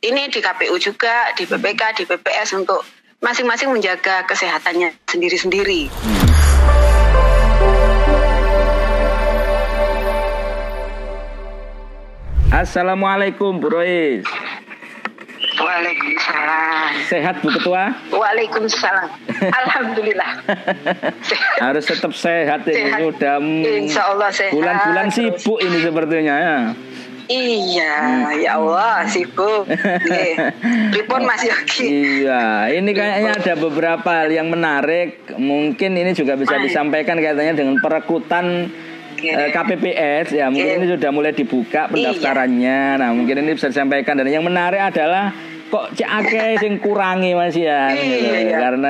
ini di KPU juga, di PPK, di PPS untuk masing-masing menjaga kesehatannya sendiri-sendiri. Assalamualaikum Bu Rois. Waalaikumsalam. Sehat Bu Ketua? Waalaikumsalam. Alhamdulillah. Harus tetap sehat ini. Udah Insya Allah sehat. Bulan-bulan sibuk ini sepertinya ya. Iya, ya Allah sibuk. Pripun Mas Yogi? Iya, ini kayaknya ada beberapa hal yang menarik. Mungkin ini juga bisa disampaikan kaitannya dengan perekrutan KPPS ya. Mungkin ini sudah mulai dibuka pendaftarannya. Nah, mungkin ini bisa disampaikan. Dan yang menarik adalah kok cek sing kurangi Mas ya, gitu. Karena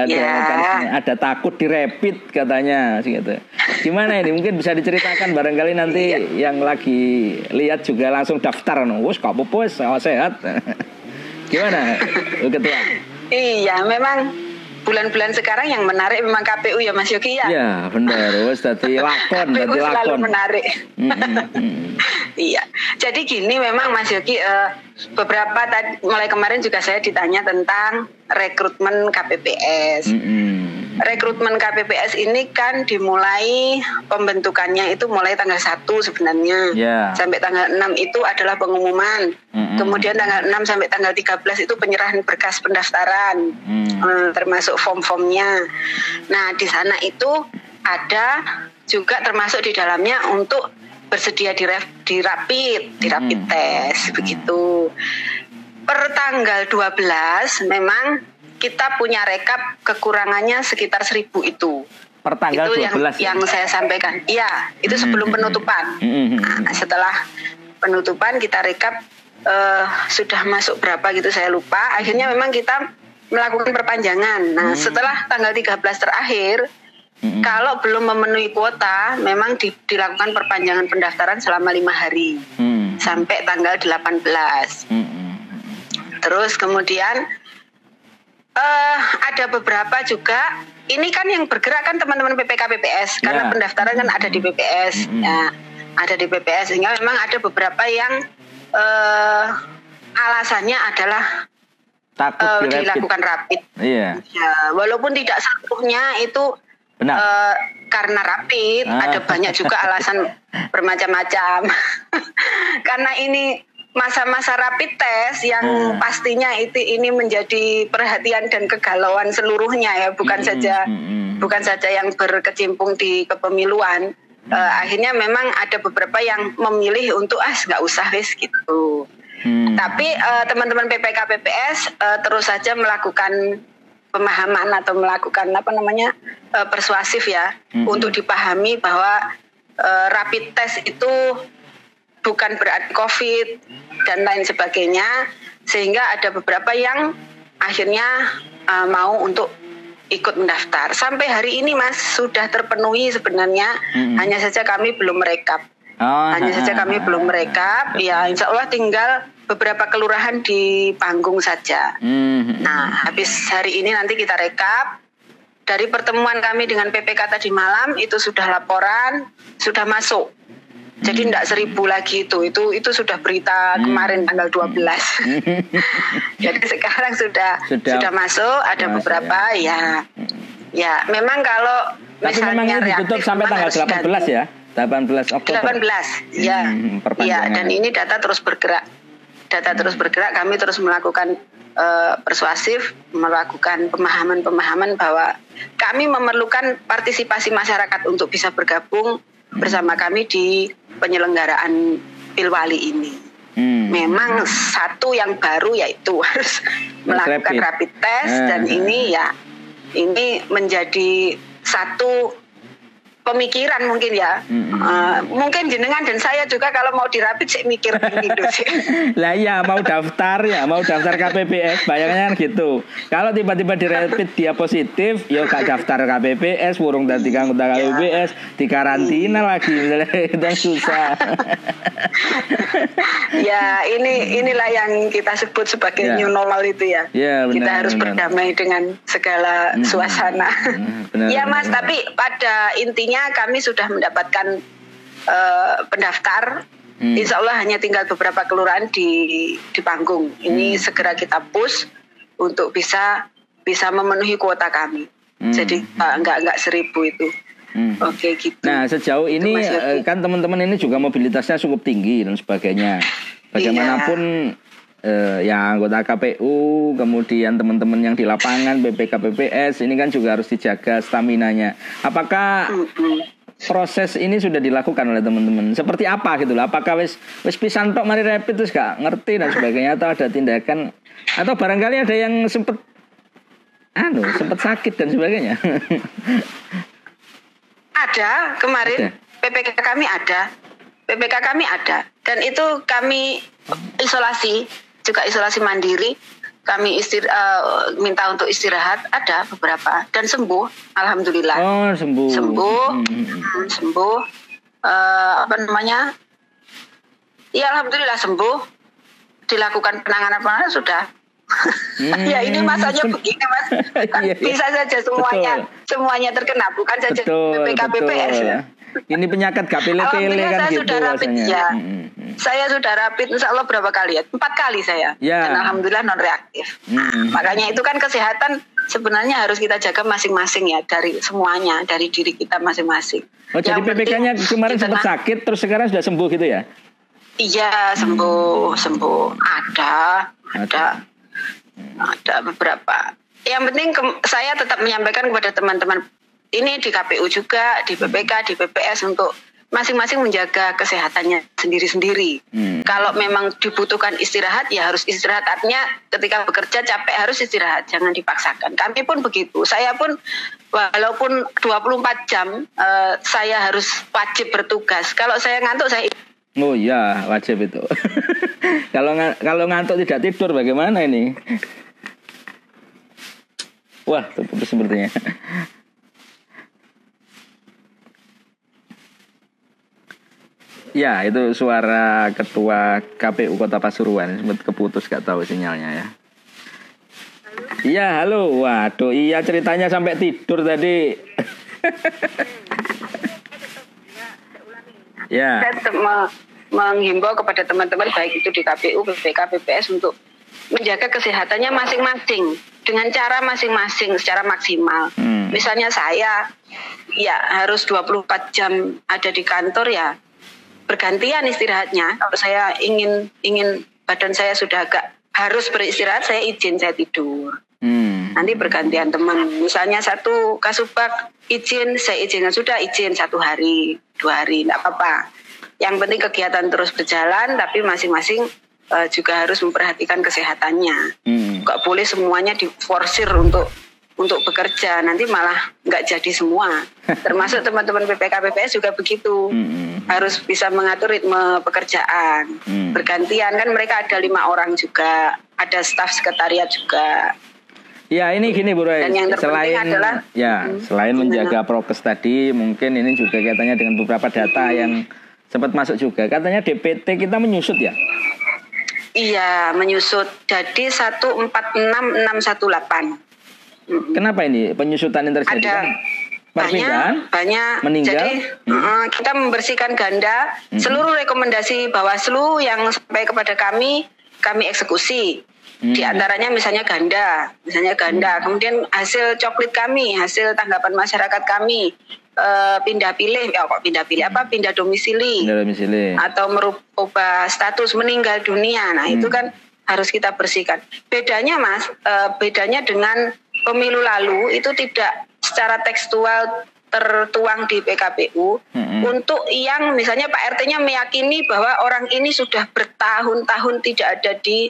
ada takut direpit katanya gitu. Gimana ini? Mungkin bisa diceritakan barangkali nanti yang lagi lihat juga langsung daftar. Wes gak apa-apa, sehat. Gimana Bu Ketua? Iya, memang bulan-bulan sekarang yang menarik memang KPU ya Mas Yogi ya. Iya, benar. Wes dadi lakon, KPU selalu menarik. Iya. Jadi gini memang Mas Yogi, beberapa mulai kemarin juga saya ditanya tentang rekrutmen KPPS. Rekrutmen KPPS ini kan dimulai pembentukannya itu mulai tanggal 1 sebenarnya. Sampai tanggal 6 itu adalah pengumuman. Kemudian tanggal 6 sampai tanggal 13 itu penyerahan berkas pendaftaran. Termasuk form-formnya. Nah, di sana itu ada juga termasuk di dalamnya untuk bersedia di rapid test begitu. Per tanggal 12 memang kita punya rekap kekurangannya sekitar 1.000 itu. Per tanggal itu 12 yang saya sampaikan. Iya, itu sebelum penutupan. Nah, setelah penutupan kita rekap sudah masuk berapa gitu saya lupa. Akhirnya memang kita melakukan perpanjangan. Nah, setelah tanggal 13 terakhir, kalau belum memenuhi kuota, memang dilakukan perpanjangan pendaftaran selama 5 hari. Sampai tanggal 18. Terus kemudian ada beberapa juga, ini kan yang bergerak kan teman-teman PPK PPS, karena pendaftaran kan ada di PPS. Ya, ada di PPS, sehingga memang ada beberapa yang alasannya adalah takut dilakukan rapid. Ya, walaupun tidak seluruhnya itu karena rapid, ada banyak juga alasan bermacam-macam. Karena ini masa-masa rapid test yang pastinya ini menjadi perhatian dan kegalauan seluruhnya ya, bukan saja yang berkecimpung di kepemiluan. Akhirnya memang ada beberapa yang memilih untuk nggak usah wis gitu. Tapi teman-teman PPK PPS terus saja melakukan pemahaman atau melakukan persuasif ya, untuk dipahami bahwa rapid test itu bukan berarti COVID dan lain sebagainya, sehingga ada beberapa yang akhirnya mau untuk ikut mendaftar. Sampai hari ini Mas sudah terpenuhi sebenarnya, hanya saja kami belum merekap. Ya, insya Allah tinggal beberapa kelurahan di Panggung saja. Nah, habis hari ini nanti kita rekap. Dari pertemuan kami dengan PPK tadi malam itu sudah laporan, sudah masuk. Jadi tidak 1.000 lagi itu sudah berita kemarin tanggal 12. Jadi sekarang sudah masuk, ada beberapa ya. Ya, memang kalau misalnya ditutup sampai tanggal 18 ya. 18 Oktober. 18. Ya. Ya, dan ini data terus bergerak. Kami terus melakukan persuasif, melakukan pemahaman bahwa kami memerlukan partisipasi masyarakat untuk bisa bergabung bersama kami di penyelenggaraan Pilwali ini. Memang satu yang baru yaitu harus melakukan rapid test, dan ini menjadi satu pemikiran mungkin ya. Mungkin jenengan dan saya juga kalau mau dirapid sih mikir gitu sih. Lah iya, mau daftar KPPS, bayangnya kan gitu. Kalau tiba-tiba dirapid dia positif, ya gak daftar KPPS, burung dadi anggota KPPS, dikarantina lagi misalnya, itu susah. Ya, inilah yang kita sebut sebagai new normal itu ya. Kita harus berdamai dengan segala suasana. Ya Mas, tapi pada intinya kami sudah mendapatkan pendaftar Insya Allah hanya tinggal beberapa kelurahan di panggung. Ini segera kita push untuk bisa memenuhi kuota kami. Jadi nggak 1.000 itu. Oke gitu. Nah sejauh ini kan teman-teman ini juga mobilitasnya cukup tinggi dan sebagainya. Bagaimanapun ya anggota KPU, kemudian teman-teman yang di lapangan, BPK, PPS ini kan juga harus dijaga staminanya. Apakah proses ini sudah dilakukan oleh teman-teman? Seperti apa gitu loh? Apakah wis pisan tok mari rapid terus gak ngerti dan sebagainya, atau ada tindakan, atau barangkali ada yang sempat sakit dan sebagainya? Ada kemarin PPK kami ada dan itu kami isolasi mandiri, kami minta untuk istirahat, ada beberapa dan sembuh, alhamdulillah. Sembuh. Ya alhamdulillah sembuh. Dilakukan penanganan sudah. Ya ini masanya begini Mas, kan bisa saja semuanya terkena, bukan saja BPK BPS ya. Ini penyakit gak pilih-pilih kan gitu sudah rapid, ya. Saya sudah rapid insya Allah berapa kali ya? 4 kali saya dan alhamdulillah non reaktif. Makanya itu kan kesehatan sebenarnya harus kita jaga masing-masing ya, dari semuanya, dari diri kita masing-masing. Jadi PPK-nya kemarin sempat sakit terus sekarang sudah sembuh gitu ya? Iya sembuh. Ada beberapa. Yang penting saya tetap menyampaikan kepada teman-teman ini di KPU juga, di BPK, di PPS untuk masing-masing menjaga kesehatannya sendiri-sendiri. Kalau memang dibutuhkan istirahat, ya harus istirahat. Artinya ketika bekerja capek harus istirahat, jangan dipaksakan. Kami pun begitu. Saya pun walaupun 24 jam saya harus wajib bertugas. Kalau saya ngantuk saya. Oh iya, wajib itu. Kalau ngantuk tidak tidur bagaimana ini? Wah, terputus sepertinya. Ya, itu suara Ketua KPU Kota Pasuruan. Sempat keputus, gak tahu sinyalnya ya. Iya, halo. Waduh, iya ceritanya sampai tidur tadi. Ya. Saya tetap menghimbau kepada teman-teman baik itu di KPU, BPK, PPS untuk menjaga kesehatannya masing-masing dengan cara masing-masing secara maksimal. Misalnya saya ya harus 24 jam ada di kantor, ya bergantian istirahatnya. Kalau saya ingin badan saya sudah agak harus beristirahat, saya izin, saya tidur. Nanti bergantian teman. Misalnya satu Kasubag izin, saya izin. Sudah izin 1 hari, 2 hari, enggak apa-apa. Yang penting kegiatan terus berjalan, tapi masing-masing juga harus memperhatikan kesehatannya. Enggak boleh semuanya diforsir untuk bekerja, nanti malah nggak jadi semua. Termasuk teman-teman PPK PPS juga begitu. Harus bisa mengatur ritme pekerjaan. Bergantian, kan mereka ada 5 orang juga, ada staf sekretariat juga. Ya ini gini Bu Roy, selain menjaga prokes tadi, mungkin ini juga kaitannya dengan beberapa data yang sempat masuk juga. Katanya DPT kita menyusut ya? Iya, menyusut. Jadi 146618. Kenapa ini penyusutan yang terjadi? Ada banyak meninggal. Jadi kita membersihkan ganda. Seluruh rekomendasi Bawaslu yang sampai kepada kami eksekusi. Di antaranya misalnya ganda. Kemudian hasil coklit kami, hasil tanggapan masyarakat kami, pindah domisili atau merubah status meninggal dunia. Nah itu kan harus kita bersihkan. Bedanya Mas, bedanya dengan pemilu lalu itu tidak secara tekstual tertuang di PKPU. Untuk yang misalnya Pak RT-nya meyakini bahwa orang ini sudah bertahun-tahun tidak ada di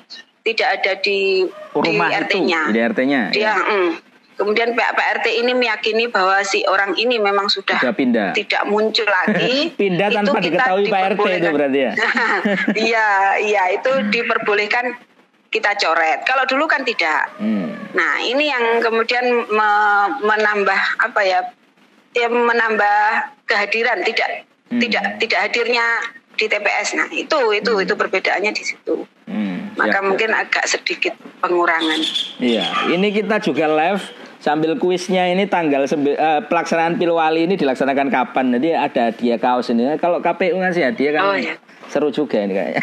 RT-nya. Di RT-nya. Dia, kemudian Pak RT ini meyakini bahwa si orang ini memang sudah pindah, tidak muncul lagi. Pindah tanpa diketahui Pak RT itu berarti ya. Iya, itu diperbolehkan kita coret. Kalau dulu kan tidak. Nah, ini yang kemudian menambah menambah kehadiran, tidak hadirnya di TPS. Nah, itu perbedaannya di situ. Maka mungkin agak sedikit pengurangan. Iya, ini kita juga live sambil kuisnya ini tanggal pelaksanaan Pilwali ini dilaksanakan kapan? Jadi ada hadiah kaos ini. Kalau KPU ngasih hadiah kan Seru juga ini kayaknya.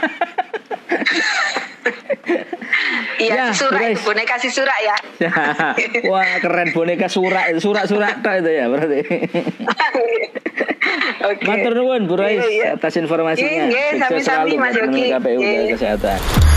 Iya, surak, boneka si surak ya. Wah, keren boneka surak itu, surak-surak itu ya berarti. Oke. Matur nuwun Bu Rais atas informasinya. Sukses selalu Mas Yogi. KPU Kesehatan.